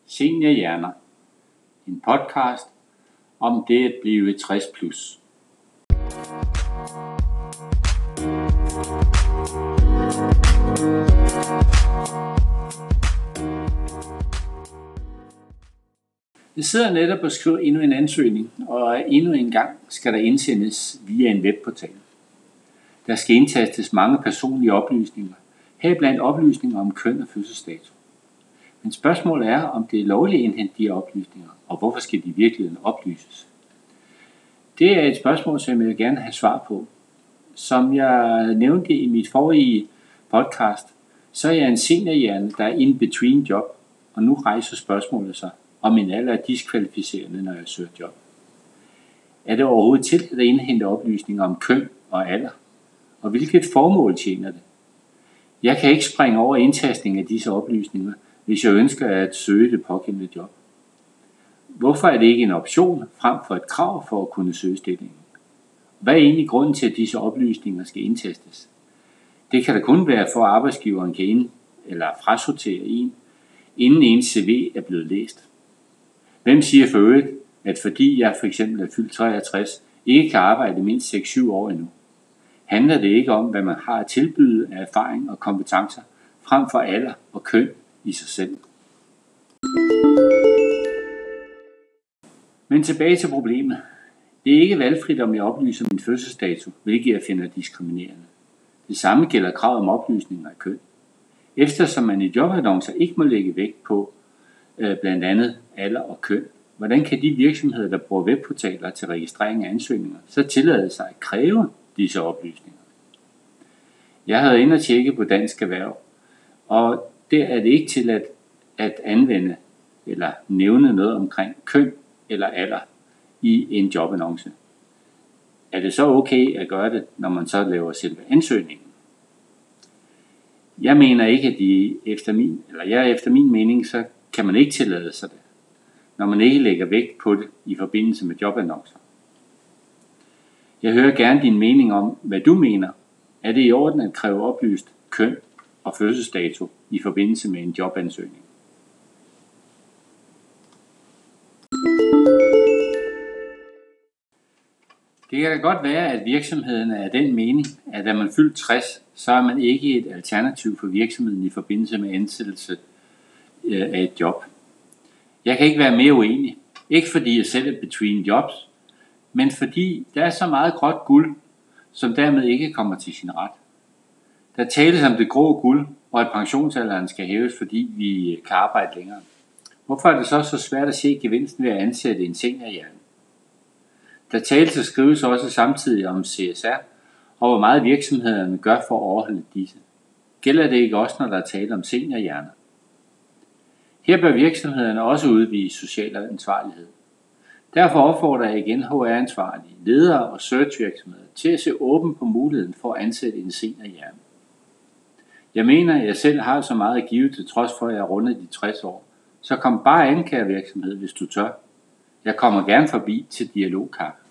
Seniorhjerner, en podcast om det at blive 60 plus. Jeg sidder netop og skriver endnu en ansøgning, og endnu en gang skal der indsendes via en webportal. Der skal indtastes mange personlige oplysninger, heriblandt oplysninger om køn og fødselsdato. Men spørgsmålet er, om det er lovligt at indhente de oplysninger, og hvorfor skal de virkelig oplyses? Det er et spørgsmål, som jeg vil gerne have svar på. Som jeg nævnte i mit forrige podcast, så er jeg en seniorhjerne, der er in between job, og nu rejser spørgsmålet sig, om min alder er diskvalificerende, når jeg søger job. Er det overhovedet til at indhente oplysninger om køn og alder? Og hvilket formål tjener det? Jeg kan ikke springe over indtastning af disse oplysninger, hvis jeg ønsker at søge det pågældende job. Hvorfor er det ikke en option frem for et krav for at kunne søge stillingen? Hvad er egentlig grunden til, at disse oplysninger skal indtastes? Det kan da kun være for, at arbejdsgiveren kan ind- eller frasortere en, inden ens CV er blevet læst. Hvem siger for øvrigt, at fordi jeg f.eks. er fyldt 63, ikke kan arbejde mindst 6-7 år endnu? Handler det ikke om, hvad man har at tilbyde af erfaring og kompetencer, frem for alder og køn i sig selv? Men tilbage til problemet. Det er ikke valgfrit, om jeg oplyser min fødselsdato, hvilket jeg finder diskriminerende. Det samme gælder kravet om oplysninger af køn. Eftersom man i jobannoncer ikke må lægge vægt på blandt andet alder og køn, hvordan kan de virksomheder, der bruger webportaler til registrering af ansøgninger, så tillade sig at kræve disse oplysninger? Jeg havde inde og tjekke på Dansk Erhverv, og der er det ikke tilladt at anvende eller nævne noget omkring køn eller alder i en jobannonce. Er det så okay at gøre det, når man så laver selve ansøgningen? Jeg mener ikke, at efter min mening, så kan man ikke tillade sig det, når man ikke lægger vægt på det i forbindelse med jobannoncer. Jeg hører gerne din mening om, hvad du mener. Er det i orden at kræve oplyst køn og fødselsdato i forbindelse med en jobansøgning? Det kan da godt være, at virksomheden er af den mening, at er man fyldt 60, så er man ikke et alternativ for virksomheden i forbindelse med ansættelse af et job. Jeg kan ikke være mere uenig. Ikke fordi jeg selv er between jobs, men fordi der er så meget gråt guld, som dermed ikke kommer til sin ret. Der tales om det grå guld, og at pensionsalderen skal hæves, fordi vi kan arbejde længere. Hvorfor er det så svært at se gevinsten ved at ansætte en seniorhjerne? Der tales og skrives også samtidig om CSR, og hvor meget virksomhederne gør for at overholde disse. Gælder det ikke også, når der er tale om seniorhjerner? Her bør virksomhederne også udvise social ansvarlighed. Derfor opfordrer jeg igen HR-ansvarlige, ledere og searchvirksomheder til at se åben på muligheden for at ansætte en seniorhjerne. Jeg mener, at jeg selv har så meget at give, til trods for at jeg er rundet de 60 år. Så kom bare an, kære virksomhed, hvis du tør. Jeg kommer gerne forbi til dialogkaffe.